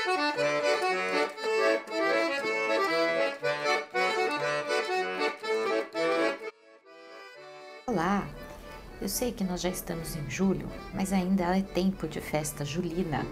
Olá! Eu sei que nós já estamos em julho, mas ainda é tempo de festa julina.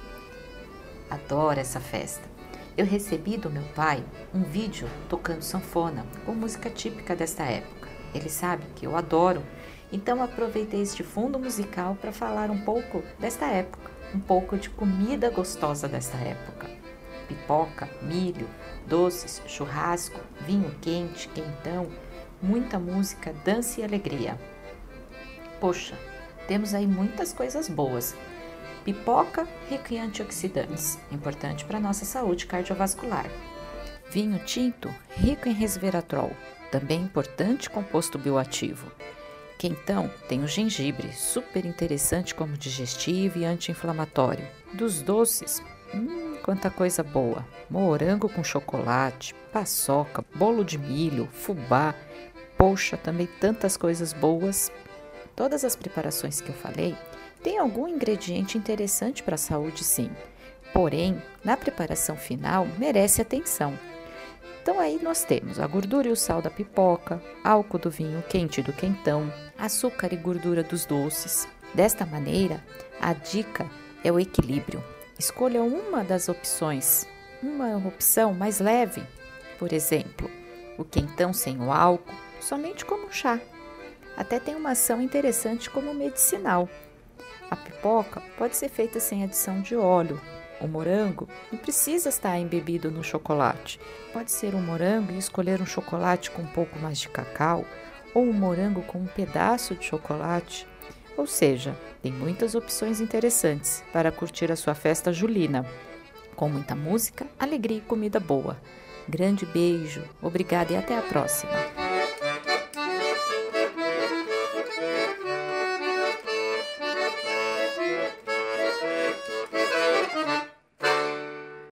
Adoro essa festa. Eu recebi do meu pai um vídeo tocando sanfona com música típica desta época. Ele sabe que eu adoro, então aproveitei este fundo musical para falar um pouco desta época, um pouco de comida gostosa desta época. Pipoca, milho, doces, churrasco, vinho quente, quentão, muita música, dança e alegria. Poxa, temos aí muitas coisas boas. Pipoca, rico em antioxidantes, importante para a nossa saúde cardiovascular. Vinho tinto, rico em resveratrol, também importante composto bioativo. Quentão tem o gengibre, super interessante como digestivo e anti-inflamatório. Dos doces, quanta coisa boa! Morango com chocolate, paçoca, bolo de milho, fubá. Poxa, também tantas coisas boas. Todas as preparações que eu falei têm algum ingrediente interessante para a saúde, sim. Porém, na preparação final, merece atenção. Então aí nós temos a gordura e o sal da pipoca, álcool do vinho quente e do quentão, açúcar e gordura dos doces. Desta maneira, a dica é o equilíbrio. Escolha uma das opções, uma opção mais leve. Por exemplo, o quentão sem o álcool, somente como chá. Até tem uma ação interessante como medicinal. A pipoca pode ser feita sem adição de óleo. O morango não precisa estar embebido no chocolate. Pode ser um morango e escolher um chocolate com um pouco mais de cacau, ou um morango com um pedaço de chocolate. Ou seja, tem muitas opções interessantes para curtir a sua festa julina, com muita música, alegria e comida boa. Grande beijo, obrigada e até a próxima!